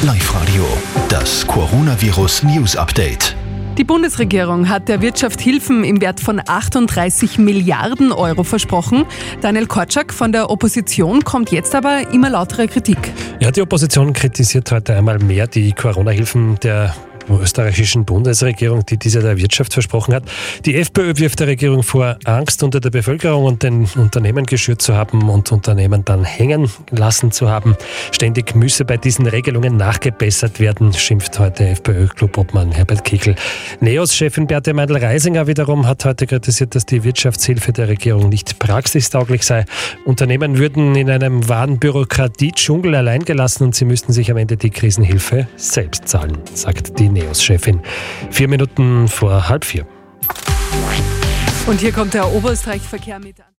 Live-Radio, das Coronavirus-News-Update. Die Bundesregierung hat der Wirtschaft Hilfen im Wert von 38 Milliarden Euro versprochen. Daniel Korczak von der Opposition kommt jetzt aber immer lautere Kritik. Ja, die Opposition kritisiert heute einmal mehr die Corona-Hilfen der österreichischen Bundesregierung, die diese der Wirtschaft versprochen hat. Die FPÖ wirft der Regierung vor, Angst unter der Bevölkerung und den Unternehmen geschürt zu haben und Unternehmen dann hängen lassen zu haben. Ständig müsse bei diesen Regelungen nachgebessert werden, schimpft heute FPÖ-Clubobmann Herbert Kickl. NEOS-Chefin Beate Meindl-Reisinger wiederum hat heute kritisiert, dass die Wirtschaftshilfe der Regierung nicht praxistauglich sei. Unternehmen würden in einem wahren Bürokratie-Dschungel allein gelassen und sie müssten sich am Ende die Krisenhilfe selbst zahlen, sagt die NEOS-Chefin. 4 Minuten vor 3:30. Und hier kommt der Oberösterreich-Verkehr mit an.